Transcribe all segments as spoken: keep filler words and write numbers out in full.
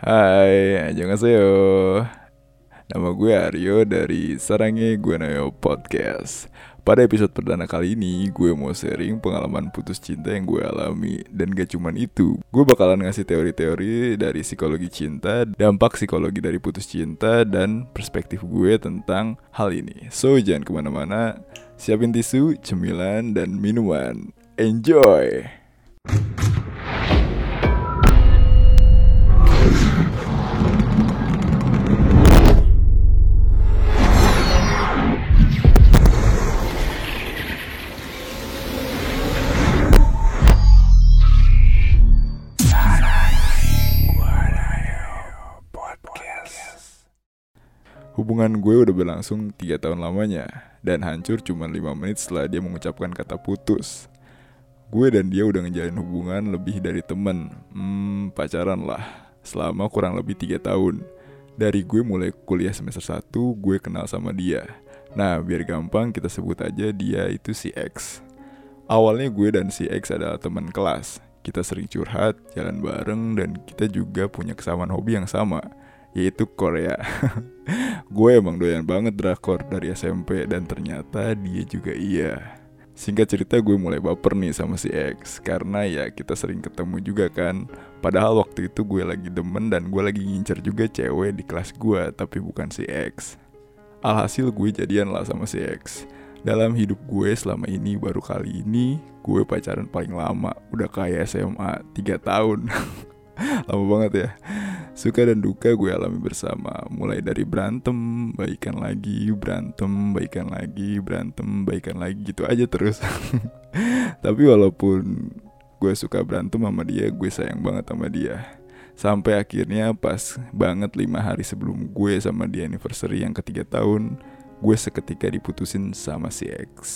Hai, annyeonghaseyo. Nama gue Aryo dari Sarange Guanayo Podcast. Pada episode perdana kali ini, gue mau sharing pengalaman putus cinta yang gue alami. Dan gak cuman itu, gue bakalan ngasih teori-teori dari psikologi cinta, dampak psikologi dari putus cinta, dan perspektif gue tentang hal ini. So, jangan kemana-mana, siapin tisu, cemilan, dan minuman. Enjoy! Hubungan gue udah berlangsung tiga tahun lamanya, dan hancur cuma lima menit setelah dia mengucapkan kata putus. Gue dan dia udah ngejalin hubungan lebih dari temen, hmm, pacaran lah, selama kurang lebih tiga tahun. Dari gue mulai kuliah semester satu, gue kenal sama dia. Nah, biar gampang kita sebut aja dia itu si X. Awalnya gue dan si X adalah teman kelas. Kita sering curhat, jalan bareng, dan kita juga punya kesamaan hobi yang sama, yaitu Korea. Gue emang doyan banget drakor dari S M P, dan ternyata dia juga iya. Singkat cerita, gue mulai baper nih sama si X, karena ya kita sering ketemu juga kan. Padahal waktu itu gue lagi demen dan gue lagi ngincer juga cewek di kelas gue, tapi bukan si X. Alhasil gue jadian lah sama si X. Dalam hidup gue selama ini baru kali ini gue pacaran paling lama, udah kayak S M A tiga tahun. Lama banget ya. Suka dan duka gue alami bersama. Mulai dari berantem, baikan lagi, berantem, baikan lagi, berantem, baikan lagi, gitu aja terus. Tapi walaupun gue suka berantem sama dia, gue sayang banget sama dia. Sampai akhirnya pas banget lima hari sebelum gue sama dia anniversary yang ketiga tahun, gue seketika diputusin sama si X.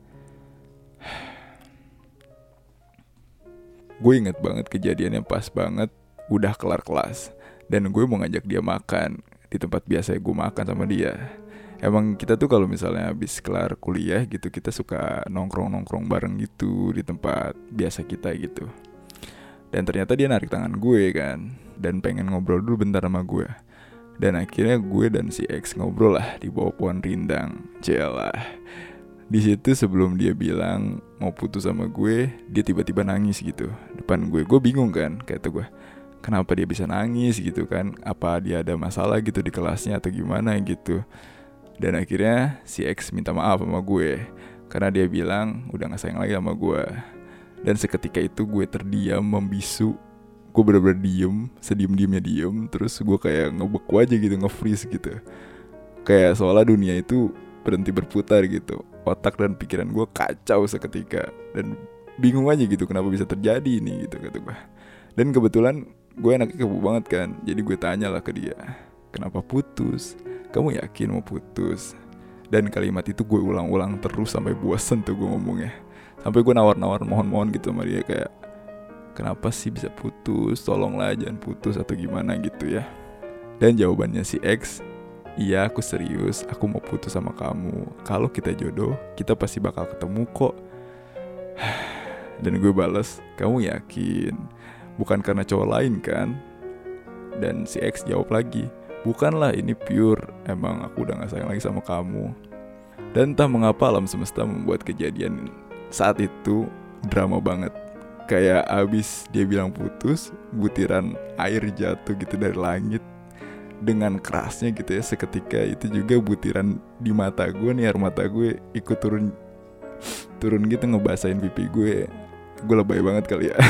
Gue inget banget kejadiannya pas banget udah kelar kelas, dan gue mau ngajak dia makan di tempat biasa gue makan sama dia. Emang kita tuh kalau misalnya habis kelar kuliah gitu, kita suka nongkrong-nongkrong bareng gitu di tempat biasa kita gitu. Dan ternyata dia narik tangan gue kan, dan pengen ngobrol dulu bentar sama gue. Dan akhirnya gue dan si X ngobrol lah di bawah pohon rindang. Jelah. Di situ sebelum dia bilang mau putus sama gue, dia tiba-tiba nangis gitu depan gue. Gue bingung kan, kata gue, kenapa dia bisa nangis gitu kan? Apa dia ada masalah gitu di kelasnya atau gimana gitu? Dan akhirnya si X minta maaf sama gue karena dia bilang udah gak sayang lagi sama gue. Dan seketika itu gue terdiam, membisu. Gue bener-bener diem, sediem-diemnya diem. Terus gue kayak ngebeku aja gitu, nge-freeze gitu. Kayak seolah dunia itu berhenti berputar gitu. Otak dan pikiran gue kacau seketika, dan bingung aja gitu kenapa bisa terjadi ini gitu, kata gue. Dan kebetulan gue anaknya kepo banget kan, jadi gue tanya lah ke dia, kenapa putus? Kamu yakin mau putus? Dan kalimat itu gue ulang-ulang terus sampai bosan tuh gue ngomongnya. Sampai gue nawar-nawar mohon-mohon gitu sama dia, kayak kenapa sih bisa putus? Tolonglah jangan putus atau gimana gitu ya. Dan jawabannya si X, iya aku serius, aku mau putus sama kamu. Kalau kita jodoh, kita pasti bakal ketemu kok. Dan gue balas, kamu yakin? Bukan karena cowok lain kan? Dan si X jawab lagi, bukanlah, ini pure, emang aku udah gak sayang lagi sama kamu. Dan entah mengapa alam semesta membuat kejadian saat itu drama banget. Kayak abis dia bilang putus, butiran air jatuh gitu dari langit dengan kerasnya gitu ya. Seketika itu juga butiran di mata gue nih, air mata gue ikut turun turun gitu ngebasahin pipi gue. Gue lebay banget kali ya.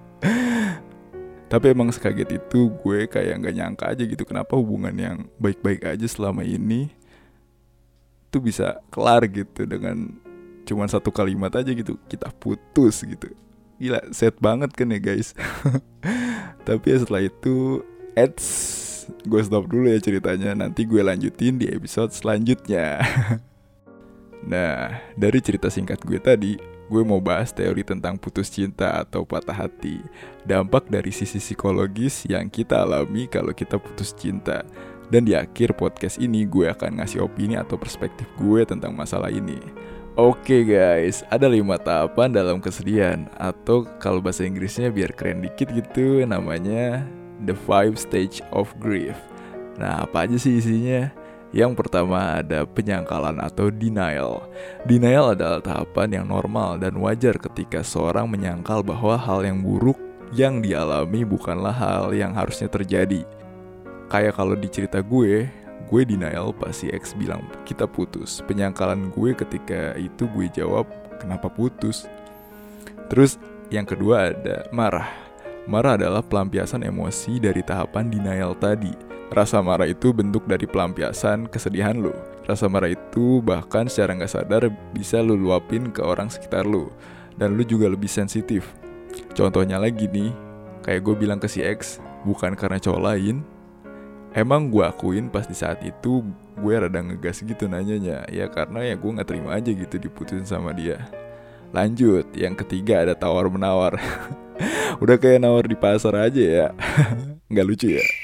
Tapi emang sekaget itu gue kayak gak nyangka aja gitu, kenapa hubungan yang baik-baik aja selama ini tuh bisa kelar gitu dengan cuman satu kalimat aja gitu, kita putus gitu. Gila, sad banget kan ya guys. Tapi ya setelah itu Eits, gue stop dulu ya ceritanya. Nanti gue lanjutin di episode selanjutnya. Nah, dari cerita singkat gue tadi, gue mau bahas teori tentang putus cinta atau patah hati. Dampak dari sisi psikologis yang kita alami kalau kita putus cinta. Dan di akhir podcast ini gue akan ngasih opini atau perspektif gue tentang masalah ini. Oke guys, ada lima tahapan dalam kesedihan, atau kalau bahasa Inggrisnya biar keren dikit gitu, namanya The Five Stage of Grief. Nah, apa aja sih isinya? Yang pertama ada penyangkalan atau denial. Denial adalah tahapan yang normal dan wajar ketika seorang menyangkal bahwa hal yang buruk yang dialami bukanlah hal yang harusnya terjadi. Kayak kalau di cerita gue, gue denial pas si X bilang kita putus. Penyangkalan gue ketika itu gue jawab kenapa putus. Terus yang kedua ada marah. Marah adalah pelampiasan emosi dari tahapan denial tadi. Rasa marah itu bentuk dari pelampiasan kesedihan lo. Rasa marah itu bahkan secara gak sadar bisa lo luapin ke orang sekitar lo. Dan lo juga lebih sensitif. Contohnya lagi nih, kayak gue bilang ke si X, bukan karena cowok lain. Emang gue akuin pas di saat itu gue rada ngegas gitu nanyanya. Ya karena ya gue gak terima aja gitu diputusin sama dia. Lanjut, yang ketiga ada tawar-menawar. Udah kayak nawar di pasar aja ya. Gak lucu ya?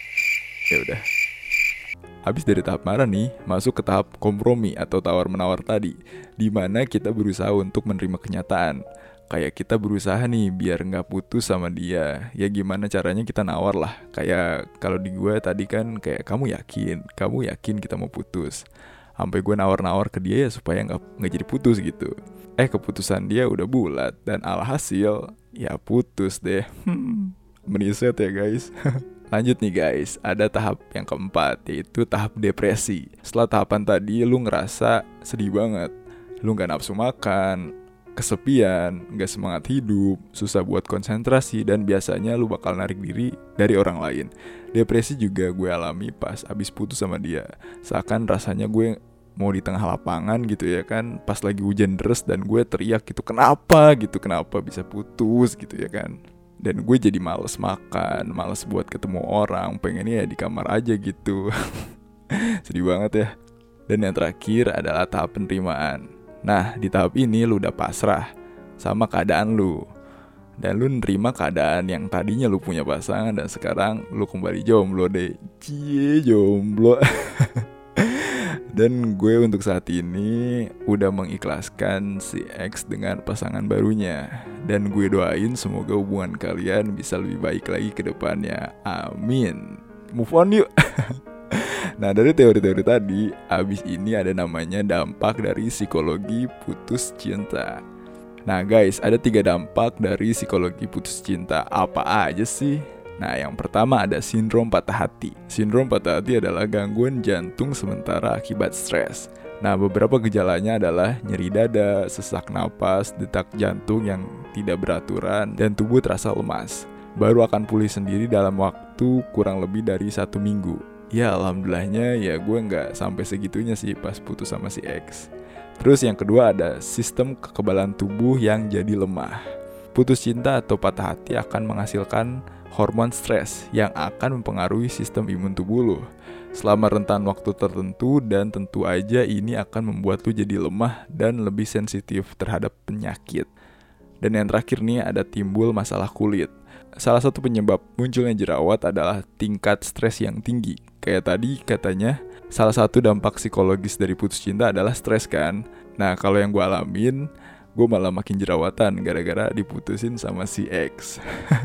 Ya udah. Habis dari tahap marah nih, masuk ke tahap kompromi atau tawar-menawar tadi, di mana kita berusaha untuk menerima kenyataan. Kayak kita berusaha nih biar nggak putus sama dia. Ya gimana caranya kita nawar lah. Kayak kalau di gue tadi kan kayak kamu yakin, kamu yakin kita mau putus. Sampai gue nawar-nawar ke dia ya supaya nggak nggak jadi putus gitu. Eh keputusan dia udah bulat dan alhasil ya putus deh. Hmm, meniset ya guys. Lanjut nih guys, ada tahap yang keempat, yaitu tahap depresi. Setelah tahapan tadi, lu ngerasa sedih banget. Lu gak nafsu makan, kesepian, gak semangat hidup, susah buat konsentrasi, dan biasanya lu bakal narik diri dari orang lain. Depresi juga gue alami pas abis putus sama dia. Seakan rasanya gue mau di tengah lapangan gitu ya kan, pas lagi hujan deras dan gue teriak gitu, kenapa gitu, kenapa bisa putus gitu ya kan. Dan gue jadi males makan, males buat ketemu orang, pengennya ya di kamar aja gitu. Sedih banget ya. Dan yang terakhir adalah tahap penerimaan. Nah, di tahap ini lu udah pasrah sama keadaan lu. Dan lu nerima keadaan yang tadinya lu punya pasangan dan sekarang lu kembali jomblo deh. Cie, jomblo. Dan gue untuk saat ini udah mengikhlaskan si X dengan pasangan barunya. Dan gue doain semoga hubungan kalian bisa lebih baik lagi ke depannya. Amin. Move on yuk. Nah dari teori-teori tadi, abis ini ada namanya dampak dari psikologi putus cinta. Nah guys, ada tiga dampak dari psikologi putus cinta. Apa aja sih? Nah, yang pertama ada sindrom patah hati. Sindrom patah hati adalah gangguan jantung sementara akibat stres. Nah, beberapa gejalanya adalah nyeri dada, sesak napas, detak jantung yang tidak beraturan, dan tubuh terasa lemas. Baru akan pulih sendiri dalam waktu kurang lebih dari satu minggu. Ya, alhamdulillahnya ya gue nggak sampai segitunya sih pas putus sama si X. Terus yang kedua ada sistem kekebalan tubuh yang jadi lemah. Putus cinta atau patah hati akan menghasilkan hormon stres yang akan mempengaruhi sistem imun tubuh lo selama rentan waktu tertentu, dan tentu aja ini akan membuat lo jadi lemah dan lebih sensitif terhadap penyakit. Dan yang terakhir nih ada timbul masalah kulit. Salah satu penyebab munculnya jerawat adalah tingkat stres yang tinggi. Kayak tadi katanya salah satu dampak psikologis dari putus cinta adalah stres kan. Nah kalau yang gue alamin, gue malah makin jerawatan gara-gara diputusin sama si X.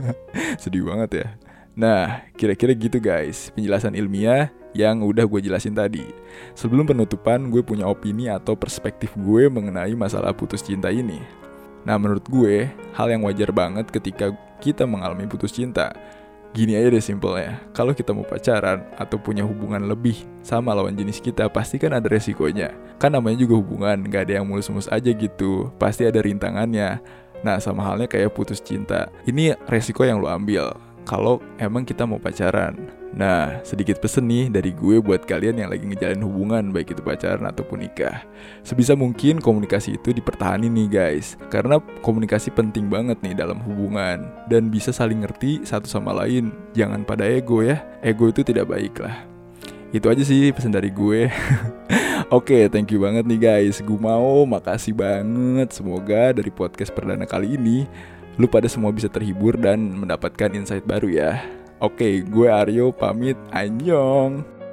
Sedih banget ya. Nah, kira-kira gitu guys, penjelasan ilmiah yang udah gue jelasin tadi. Sebelum penutupan, gue punya opini atau perspektif gue mengenai masalah putus cinta ini. Nah, menurut gue, hal yang wajar banget ketika kita mengalami putus cinta. Gini aja deh simpelnya, kalau kita mau pacaran atau punya hubungan lebih sama lawan jenis kita, pasti kan ada resikonya. Kan namanya juga hubungan, gak ada yang mulus-mulus aja gitu, pasti ada rintangannya. Nah sama halnya kayak putus cinta, ini resiko yang lo ambil kalau emang kita mau pacaran. Nah sedikit pesen nih dari gue buat kalian yang lagi ngejalin hubungan, baik itu pacaran ataupun nikah. Sebisa mungkin komunikasi itu dipertahanin nih guys, karena komunikasi penting banget nih dalam hubungan, dan bisa saling ngerti satu sama lain. Jangan pada ego ya, ego itu tidak baik lah. Itu aja sih pesan dari gue. Oke, okay, thank you banget nih guys. Gue mau makasih banget. Semoga dari podcast perdana kali ini lu pada semua bisa terhibur dan mendapatkan insight baru ya. Oke, okay, gue Aryo pamit. Annyeong.